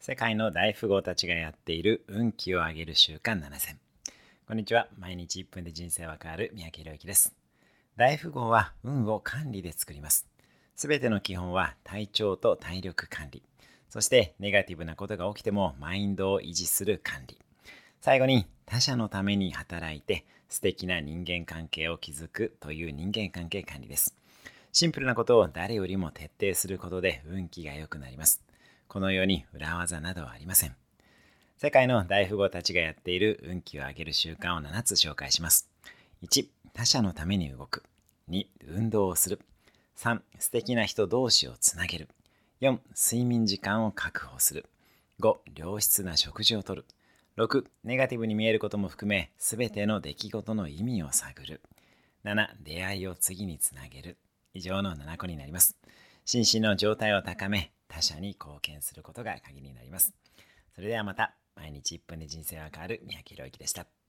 世界の大富豪たちがやっている運気を上げる習慣7選。こんにちは。毎日1分で人生は変わる三宅宏之です。大富豪は運を管理で作ります。すべての基本は体調と体力管理。そしてネガティブなことが起きてもマインドを維持する管理。最後に他者のために働いて素敵な人間関係を築くという人間関係管理です。シンプルなことを誰よりも徹底することで運気が良くなります。このように裏技などはありません。世界の大富豪たちがやっている運気を上げる習慣を7つ紹介します。1、他者のために動く。2、運動をする。3、素敵な人同士をつなげる。4、睡眠時間を確保する。5、良質な食事をとる。6、ネガティブに見えることも含め、すべての出来事の意味を探る。7、出会いを次につなげる。以上の7個になります。心身の状態を高め、他者に貢献することが鍵になります。それではまた。毎日1分で人生は変わる三宅宏之でした。